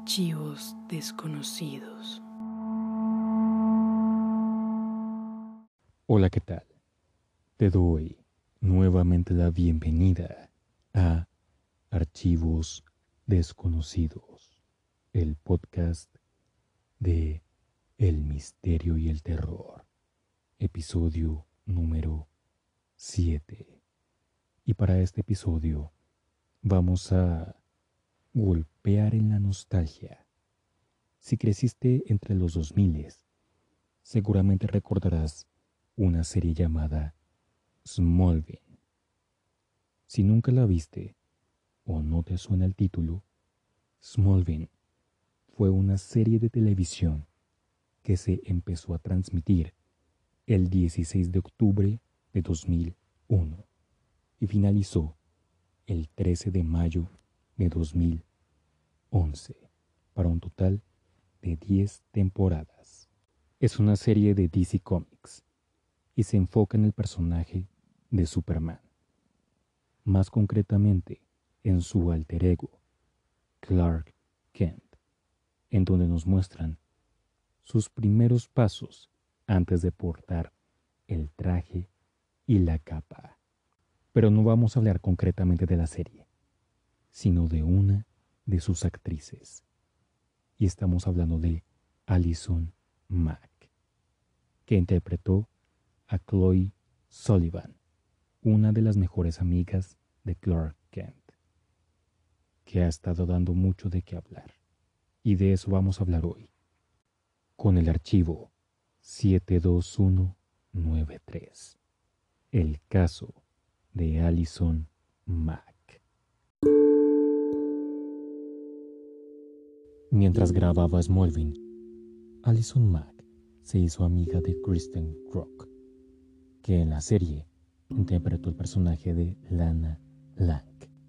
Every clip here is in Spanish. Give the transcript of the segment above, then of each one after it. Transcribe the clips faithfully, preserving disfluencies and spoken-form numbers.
Archivos desconocidos. Hola, ¿qué tal? Te doy nuevamente la bienvenida a Archivos desconocidos, el podcast de El misterio y el terror, episodio número siete. Y para este episodio vamos a golpear en la nostalgia. Si creciste entre los dos mil, seguramente recordarás una serie llamada Smallville. Si nunca la viste o no te suena el título, Smallville fue una serie de televisión que se empezó a transmitir el dieciséis de octubre de dos mil uno y finalizó el trece de mayo de dos mil once para un total de diez temporadas. Es una serie de D C Comics y se enfoca en el personaje de Superman, más concretamente en su alter ego, Clark Kent, en donde nos muestran sus primeros pasos antes de portar el traje y la capa. Pero no vamos a hablar concretamente de la serie, sino de una de sus actrices. Y estamos hablando de Allison Mack, que interpretó a Chloe Sullivan, una de las mejores amigas de Clark Kent, que ha estado dando mucho de qué hablar. Y de eso vamos a hablar hoy, con el archivo siete dos uno nueve tres, el caso de Allison Mack. Mientras grababa Smallville, Allison Mack se hizo amiga de Kristen Crock, que en la serie interpretó el personaje de Lana Lang.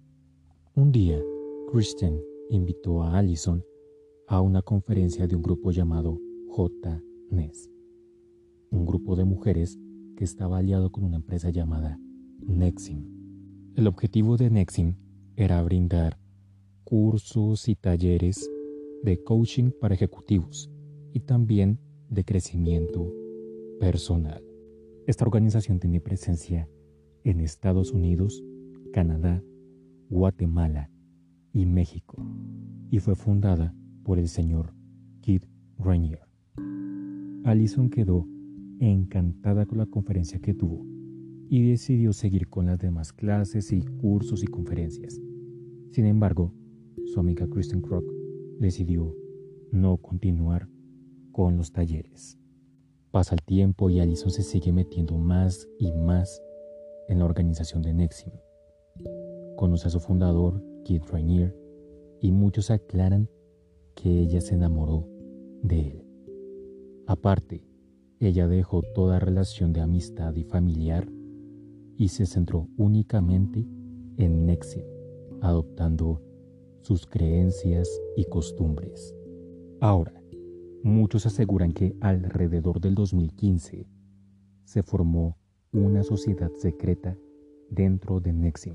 Un día, Kristen invitó a Allison a una conferencia de un grupo llamado J N E S, un grupo de mujeres que estaba aliado con una empresa llamada Nexim. El objetivo de Nexim era brindar cursos y talleres de coaching para ejecutivos y también de crecimiento personal. Esta organización tiene presencia en Estados Unidos, Canadá, Guatemala y México, y fue fundada por el señor Kid Rainier. Allison quedó encantada con la conferencia que tuvo y decidió seguir con las demás clases y cursos y conferencias. Sin embargo, su amiga Kristen Crock decidió no continuar con los talleres. Pasa el tiempo y Allison se sigue metiendo más y más en la organización de Nexim. Conoce a su fundador, Kid Rainier, y muchos aclaran que ella se enamoró de él. Aparte, ella dejó toda relación de amistad y familiar y se centró únicamente en Nexim, adoptando sus creencias y costumbres. Ahora, muchos aseguran que alrededor del dos mil quince se formó una sociedad secreta dentro de Nexim.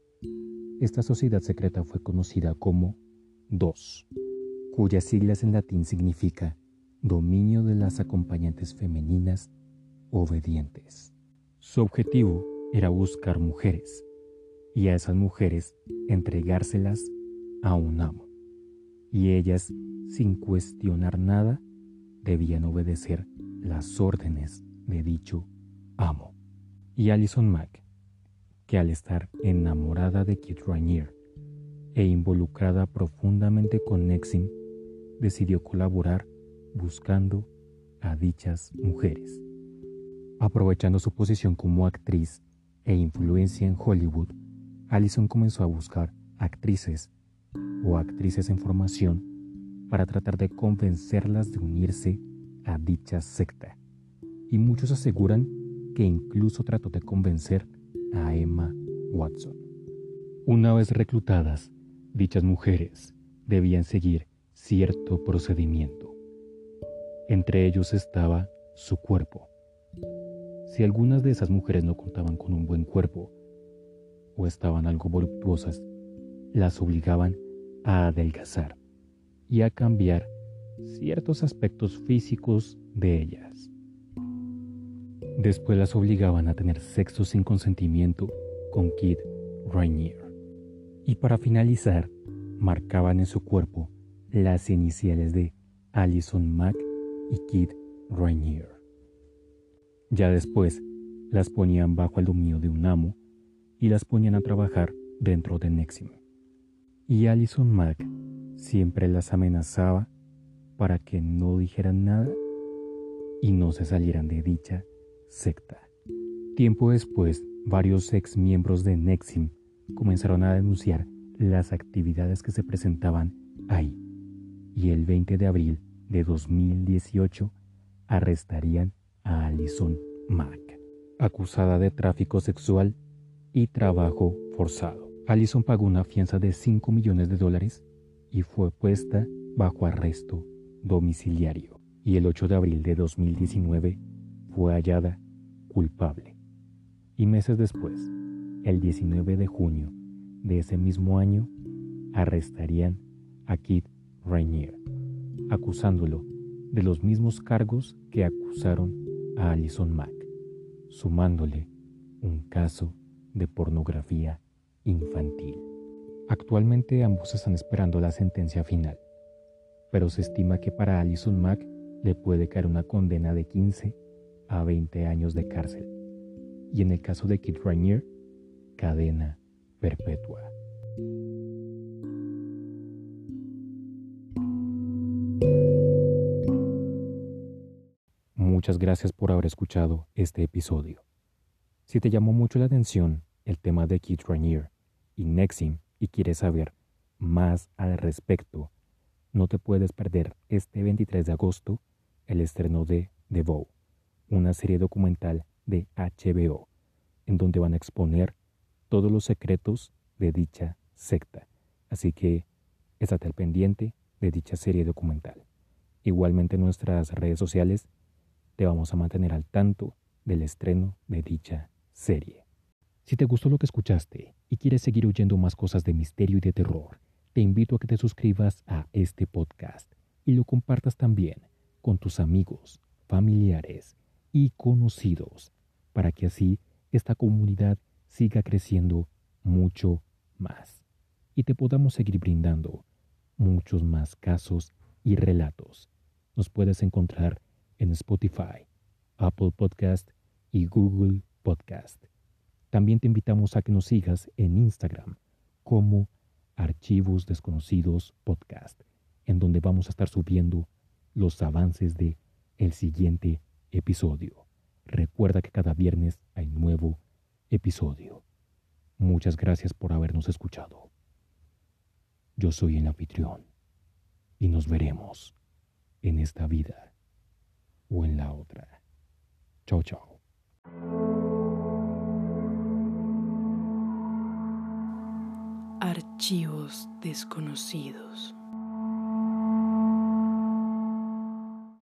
Esta sociedad secreta fue conocida como D O S, cuyas siglas en latín significa Dominio de las Acompañantes Femeninas Obedientes. Su objetivo era buscar mujeres y a esas mujeres entregárselas a un amo, y ellas, sin cuestionar nada, debían obedecer las órdenes de dicho amo. Y Allison Mack, que al estar enamorada de Kid Rainier e involucrada profundamente con Nexim, decidió colaborar buscando a dichas mujeres. Aprovechando su posición como actriz e influencia en Hollywood, Allison comenzó a buscar actrices o actrices en formación para tratar de convencerlas de unirse a dicha secta. Y muchos aseguran que incluso trató de convencer a Emma Watson. Una vez reclutadas, dichas mujeres debían seguir cierto procedimiento. Entre ellos estaba su cuerpo. Si algunas de esas mujeres no contaban con un buen cuerpo o estaban algo voluptuosas, las obligaban a adelgazar y a cambiar ciertos aspectos físicos de ellas. Después las obligaban a tener sexo sin consentimiento con Kid Rainier. Y para finalizar, marcaban en su cuerpo las iniciales de Allison Mack y Kid Rainier. Ya después las ponían bajo el dominio de un amo y las ponían a trabajar dentro de Nexim. Y Allison Mack siempre las amenazaba para que no dijeran nada y no se salieran de dicha secta. Tiempo después, varios ex miembros de Nexim comenzaron a denunciar las actividades que se presentaban ahí, y el veinte de abril de dos mil dieciocho arrestarían a Allison Mack, acusada de tráfico sexual y trabajo forzado. Allison pagó una fianza de cinco millones de dólares y fue puesta bajo arresto domiciliario, y el ocho de abril de dos mil diecinueve fue hallada culpable. Y meses después, el diecinueve de junio de ese mismo año, arrestarían a Kid Rainier, acusándolo de los mismos cargos que acusaron a Allison Mack, sumándole un caso de pornografía infantil. Actualmente ambos están esperando la sentencia final, pero se estima que para Allison Mack le puede caer una condena de quince a veinte años de cárcel, y en el caso de Kid Rainier, cadena perpetua. Muchas gracias por haber escuchado este episodio. Si te llamó mucho la atención el tema de Kid Rainier y Nexim y quieres saber más al respecto, no te puedes perder este veintitrés de agosto el estreno de The Vow, una serie documental de H B O, en donde van a exponer todos los secretos de dicha secta. Así que estate al pendiente de dicha serie documental. Igualmente en nuestras redes sociales te vamos a mantener al tanto del estreno de dicha serie. Si te gustó lo que escuchaste y quieres seguir oyendo más cosas de misterio y de terror, te invito a que te suscribas a este podcast y lo compartas también con tus amigos, familiares y conocidos, para que así esta comunidad siga creciendo mucho más y te podamos seguir brindando muchos más casos y relatos. Nos puedes encontrar en Spotify, Apple Podcast y Google Podcast. También te invitamos a que nos sigas en Instagram como Archivos Desconocidos Podcast, en donde vamos a estar subiendo los avances de el siguiente episodio. Recuerda que cada viernes hay nuevo episodio. Muchas gracias por habernos escuchado. Yo soy el anfitrión y nos veremos en esta vida o en la otra. Chao, chao. Archivos desconocidos.